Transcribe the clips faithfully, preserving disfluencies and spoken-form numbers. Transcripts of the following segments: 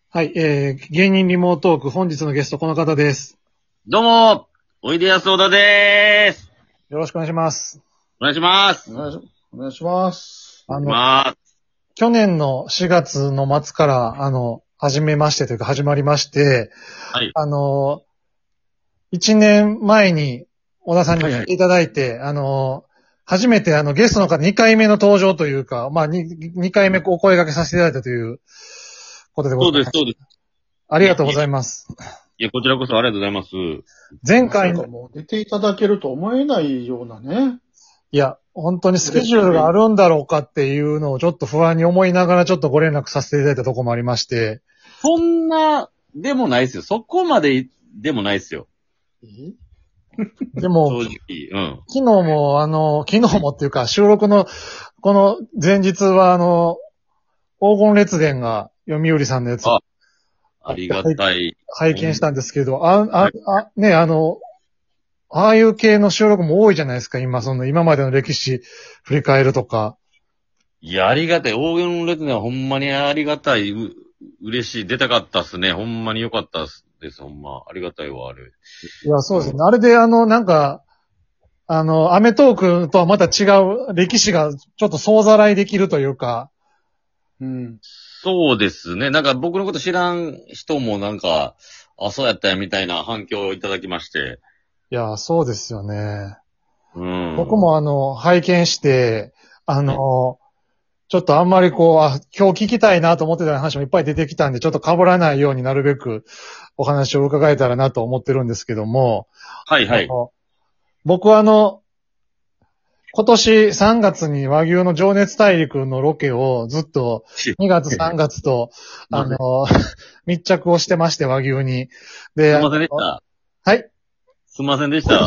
はい、えー、芸人リモートーク、本日のゲストこの方です。 どうも、おいでやす小田でーす。 よろしくお願いします。 お願いします。 お願いしお願いします。 あの、 まあ、 去年のしがつの末から、あの、始めましてというか始まりまして、 はい。 あの、いちねんまえに小田さんに来ていただいて、はいはい、あの、初めてあのゲストの方にかいめの登場というか、まあ 2, 2回目お声掛けさせていただいたということでございます。 そうです、そうです。 ありがとうございます。 いや、こちらこそありがとうございます。 前回の。もう出ていただけると思えないようなね。 いや、本当にスケジュールがあるんだろうかっていうのをちょっと不安に思いながらちょっとご連絡させていただいたところもありまして。 そんな、でもないですよ。そこまででもないですよ。 えでも、 正直、うん。 昨日も、あの、昨日もっていうか、収録の、この前日は、あの、黄金列伝が読売さんのやつ。 あ、ありがたい。 拝見したんですけど、あ、あ、あ、ね、あの、ああいう系の収録も多いじゃないですか、今、その、今までの歴史振り返るとか。 いや、ありがたい。黄金列伝はほんまにありがたい。う、嬉しい。出たかったっすね。ほんまに良かったっす。です、ほんま。ありがたいわ、あれ。 いや、そうですね。うん、あれで、あの、なんか、あの、アメトークとはまた違う歴史がちょっと総ざらいできるというか。 うん。 そうですね。なんか僕のこと知らん人もなんか、あ、そうやったやみたいな反響をいただきまして。 いや、そうですよね。 うん。 僕もあの、拝見して、あの、ちょっとあんまりこう、あ、今日聞きたいなと思ってた話もいっぱい出てきたんで、ちょっと被らないようになるべくお話を伺えたらなと思ってるんですけども。 はいはい。 僕はあの、今年さんがつに和牛の情熱大陸のロケをずっとにがつさんがつと、あの、密着をしてまして、和牛に。 で、すいませんでした。 はい。 すいませんでした。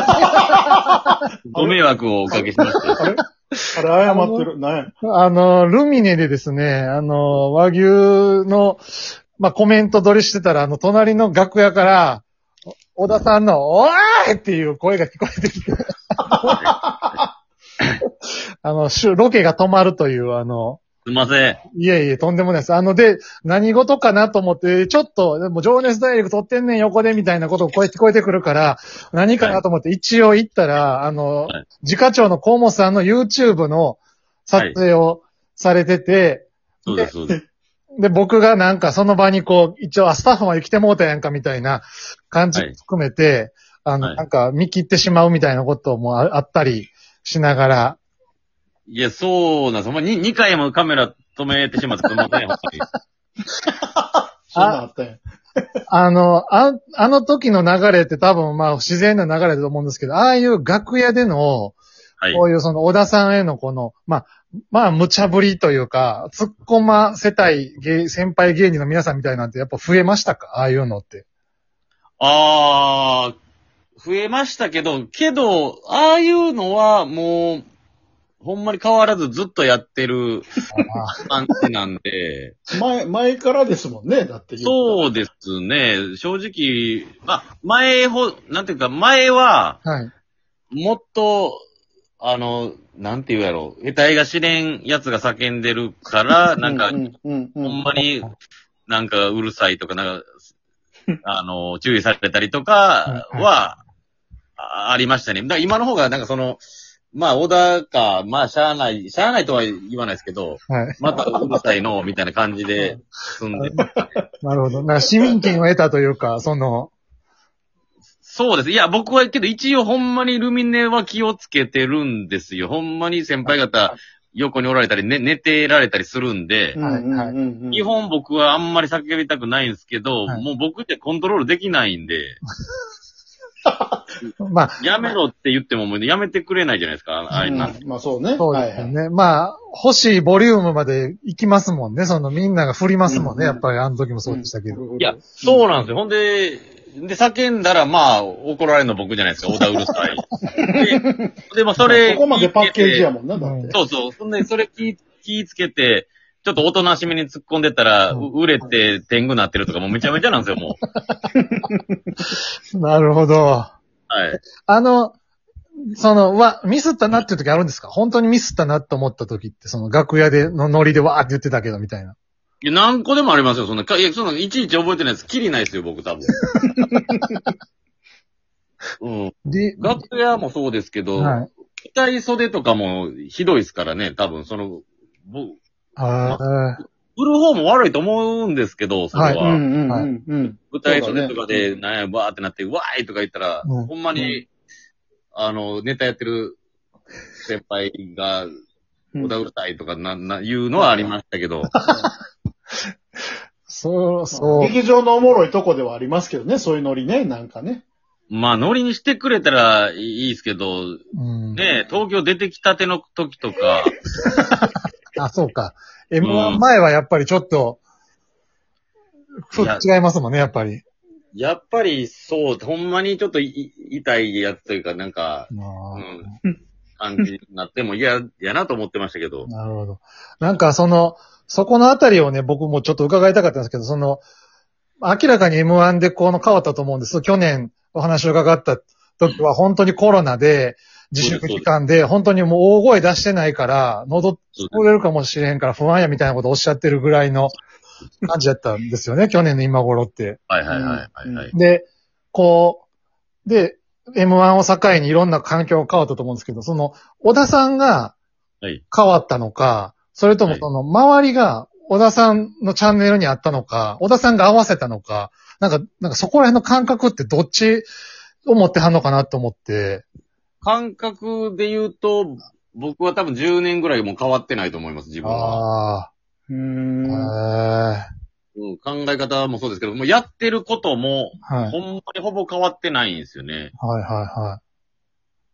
ご迷惑をおかけしました。 あれあれ謝ってる。何やあの、ルミネでですね、あの、和牛の、まあ、コメント取りしてたら、あの、隣の楽屋から、小田さんの、おーいっていう声が聞こえてきて、あの、ロケが止まるという、あの、 すいません。 いえいえ、とんでもないです。あの、で、何事かなと思って、ちょっと、でも、情熱大陸撮ってんねん横でみたいなことを声聞こえてくるから、何かなと思って、一応行ったら、あの、はい、自家長の河本さんの YouTube の撮影をされてて、 はい、そうです、そうです。 で、僕がなんかその場にこう、一応、スタッフまで来てもうたやんかみたいな感じ含めて、はい、あの、はい、なんか見切ってしまうみたいなこともあったりしながら、 いや、そうなんです。ほんまににかいもカメラ止めてしまってすみません、本当に。 そんなんあったんや。 あの、あ、あの時の流れって多分まあ自然な流れだと思うんですけど、ああいう楽屋での、はい、こういうその小田さんへのこの、まあ、まあ無茶ぶりというか、突っ込ませたい芸先輩芸人の皆さんみたいなんてやっぱ増えましたか？ああいうのって。 あー、増えましたけど、けど、ああいうのはもう、ほんまに変わらずずっとやってる感じなんで。 前、前からですもんね、だって。 そうですね。正直、まあ、前ほ、なんていうか、前は、はい。もっと、あの、なんていうやろう、得体が知れんやつが叫んでるから、なんか、ほんまになんかうるさいとか、なんか、あの、注意されたりとかは、ありましたね。だから今の方が、なんかその、まあ、小田か、まあ、しゃあない、しゃあないとは言わないですけど、はい、またうるさいの、みたいな感じで進んでましたね。 なるほど。なんか市民権を得たというか、その。 そうです。いや、僕はけど一応ほんまにルミネは気をつけてるんですよ。ほんまに先輩方、横におられたり、ね、寝てられたりするんで、はいはい、基本僕はあんまり叫びたくないんですけど、はい、もう僕ってコントロールできないんで、まあ、やめろって言ってももうやめてくれないじゃないですか。あれなん、 うん、まあそうね。 そうですよね。はいはい、まあ、欲しいボリュームまで行きますもんね。そのみんなが振りますもんね。うん、やっぱりあの時もそうでしたけど。 いや、そうなんですよ。ほんで、で、叫んだらまあ、怒られるの僕じゃないですか。小田うるさい。で、でもそれ。 そこまでパッケージやもんな、だって。 そうそう。そんで、それ気、気つけて、ちょっとおとなしめに突っ込んでったら、うん、売れて天狗なってるとかもうめちゃめちゃなんですよ、もう。なるほど。 はい。 あの、その、わ、ミスったなっていう時あるんですか？本当にミスったなって思った時って、その楽屋でのノリでわーって言ってたけどみたいな。 いや、何個でもありますよ、そんな。いや、そんな、いちいち覚えてないやつ、きりないですよ、僕多分。うん。で、楽屋もそうですけど、はい。機体袖とかもひどいですからね、多分、その、ぼ、ああ。売る方も悪いと思うんですけど、それは。はい。うんうんうんうん。舞台袖とかで、なんや、バーってなって、わーいとか言ったら、うん、ほんまに、うん、あの、ネタやってる先輩が、小田うるさいとかな、な、言うのはありましたけど。 そう、そう。劇場のおもろいとこではありますけどね、そういうノリね、なんかね。 まあ、ノリにしてくれたらいいですけど、うん、ね、東京出てきたての時とか。 あ、そうか。エムワン 前はやっぱりちょっと、うん、違いますもんね、やっぱり。 やっぱりそう、ほんまにちょっとい痛いやつというか、なんか、うん、感じになっても嫌やなと思ってましたけど。 なるほど。なんかその、そこのあたりをね、僕もちょっと伺いたかったんですけど、その、明らかに エムワン でこの変わったと思うんです。去年お話を伺った時は本当にコロナで、自粛期間で、本当にもう大声出してないから、喉聞こえるかもしれへんから不安やみたいなことをおっしゃってるぐらいの感じだったんですよね、去年の今頃って。 はいはいはいはい。 で、こう、で、エムワン を境にいろんな環境が変わったと思うんですけど、その、小田さんが変わったのか、はい、それともその、周りが小田さんのチャンネルにあったのか、小田さんが合わせたのか、なんか、なんかそこら辺の感覚ってどっちを持ってはんのかなと思って。 感覚で言うと、僕は多分じゅうねんぐらいもう変わってないと思います、自分は。ああ。うーん。へー。考え方もそうですけど、もうやってることも、はい、ほんまにほぼ変わってないんですよね。 はいはいはい。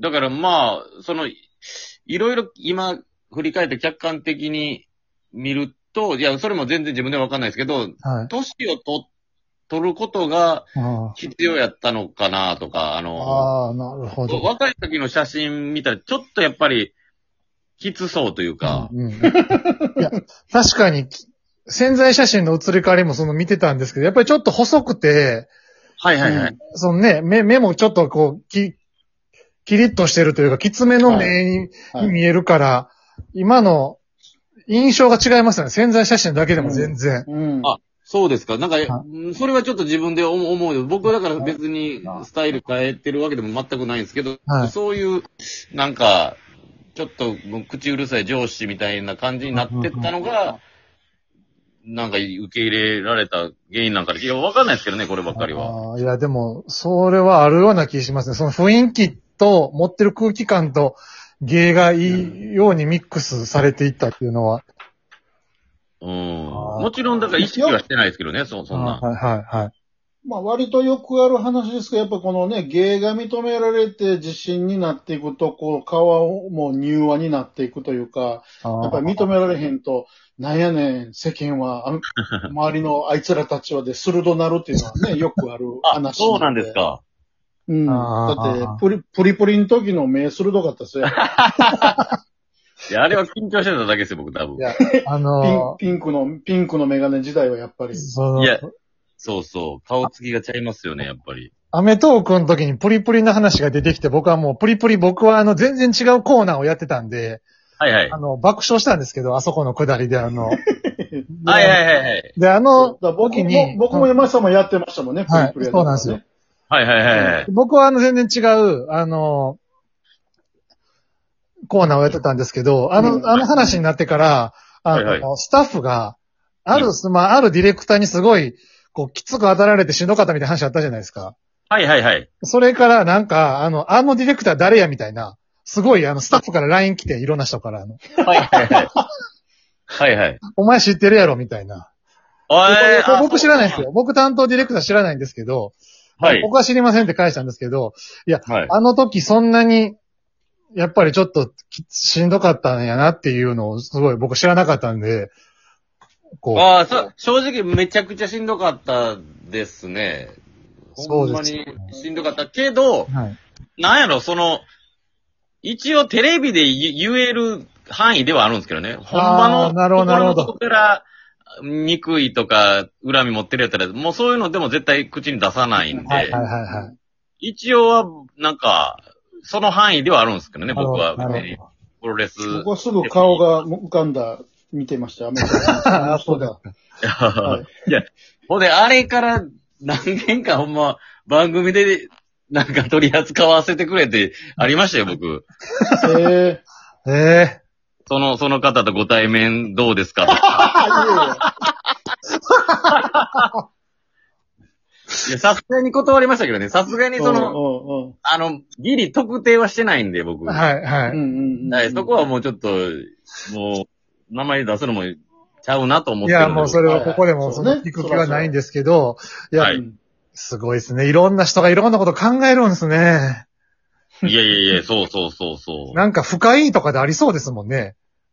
だからまあ、その、いろいろ今振り返って客観的に見ると、いや、それも全然自分ではわかんないですけど、はい、年を取取ることが必要やったのかなとか、あの、 ああ、なるほど。 若い時の写真見たら、ちょっとやっぱり、きつそうというか。うんうん、いや、確かに、潜在写真の写り替わりもその見てたんですけど、やっぱりちょっと細くて、 はいはいはい。うん、 そのね、目、目もちょっとこう、き、キリッとしてるというか、きつめの目に、はいはい、に見えるから、今の印象が違いますよね。潜在写真だけでも全然。 うんうん、あ、そうですか。なんか、それはちょっと自分で思うよ。僕はだから別にスタイル変えてるわけでも全くないんですけど、はい、そういう、なんか、ちょっと口うるさい上司みたいな感じになってったのが、なんか受け入れられた原因なんかで、いや、わかんないですけどね、こればっかりは。 あいや、でも、それはあるような気しますね。その雰囲気と持ってる空気感と芸がいいようにミックスされていったっていうのは。 うん。もちろん、だから意識はしてないですけどね、そ、そんな。 はいはいはい。 まあ割とよくある話ですけど、やっぱこのね、芸が認められて自信になっていくと、こう、顔も柔和になっていくというか、やっぱり認められへんと、なんやねん、世間は、周りのあいつらたちはで鋭なるっていうのはね、よくある話あ。そうなんですか。 うん。だってプリ、プリプリの時の目鋭かったっすよ。 いや、あれは緊張してただけですよ、僕多分。いや、 あのー、ピン、ピンクの、ピンクのメガネ時代はやっぱり。 いや、そうそう。顔つきがちゃいますよね、やっぱり。 アメトークの時にプリプリの話が出てきて、僕はもうプリプリ、僕はあの、全然違うコーナーをやってたんで、 はいはい。 あの、爆笑したんですけど、あそこのくだりであの、はいはいはいはい。 で、あの時に、 僕も山下さんもやってましたもんね、 プリプリ、ね。はい、そうなんですよ。 はいはいはい。 僕はあの、全然違う、あの、コーナーをやってたんですけど、あの、うん、あの話になってから、あの、はいはい、スタッフが、ある、うん、まあ、あるディレクターにすごい、こう、きつく当たられてしんどかったみたいな話あったじゃないですか。 はいはいはい。 それからなんか、あの、あのディレクター誰やみたいな、すごいあの、スタッフから ライン 来て、いろんな人からあの。 はいはいはい。はいはい。 お前知ってるやろみたいな。えー、僕知らないですよ。僕担当ディレクター知らないんですけど、はい。僕は知りませんって返したんですけど、いや、はい、あの時そんなに、やっぱりちょっとしんどかったんやなっていうのをすごい僕知らなかったんで、 こう。ああ、そ、正直めちゃくちゃしんどかったですね。ほんまにしんどかったけど、はい、なんやろ、その、一応テレビで言える範囲ではあるんですけどね。ほんまのなるほど、なるほど。 ところから憎いとか恨み持ってるやったら、もうそういうのでも絶対口に出さないんで、はいはいはいはい、一応は、なんか、その範囲ではあるんですけどね、僕は。プロレス。 僕はすぐ顔が浮かんだ見てましたよ。アメリカの人が。 はい、いや、ほんで、あれから何件かほんま、番組で、なんか取り扱わせてくれて、ありましたよ、僕。 へえ。えー。 その、その方とご対面どうですかとか。いや、さすがに断りましたけどね、さすがにその、 うんうん、 あの、ギリ特定はしてないんで、僕。 はい、はい。 うんうんうん、 はい、そこはもうちょっと、もう、名前出すのもちゃうなと思ってる。 いや、もうそれはここでもその聞く気はないんですけど、いや、はい、すごいですね。いろんな人がいろんなこと考えるんですね。 いやいやいや、そうそうそうそう。 なんか深いとかでありそうですもんね。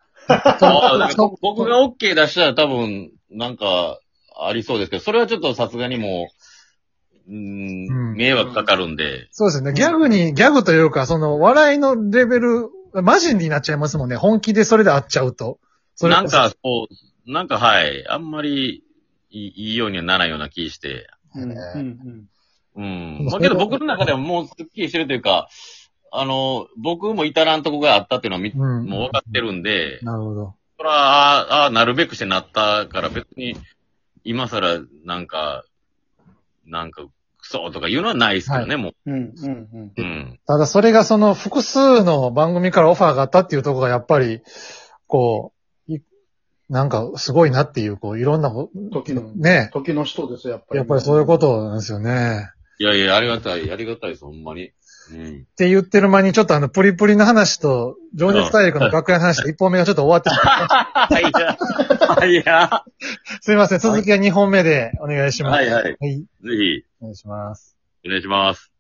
僕が OK 出したら多分、なんか、ありそうですけど、それはちょっとさすがにもう、うーん、うん、迷惑かかるんで。 そうですね。ギャグに、ギャグというか、その、笑いのレベル、マジになっちゃいますもんね。本気でそれで会っちゃうと。それなんか、そう、なんかはい、あんまりいい、いいようにはならないような気して。うん。うん。うん。まあけど僕の中でももうすっきりしてるというか、あの、僕も至らんとこがあったっていうのはみ、うん、もう分かってるんで。 なるほど。 それは、ああ、なるべくしてなったから別に、今更なんか、なんか、クソとか言うのはないですけどね、はい、もう。うん、うん、 うん。ただそれがその複数の番組からオファーがあったっていうところがやっぱり、こう、なんかすごいなっていう、こう、いろんな時の、ね。時の人ですよ、やっぱり、 ね。やっぱりそういうことなんですよね。 いやいや、ありがたい、ありがたいです、ほんまに。うん、 って言ってる間に、ちょっとあの、プリプリの話と、情熱大陸の楽屋の話といっぽんめがちょっと終わってしまいました。 いや、いや。 すいません、続きはにほんめでお願いします。 はいはい。はい。ぜひ。 お願いします。 お願いします。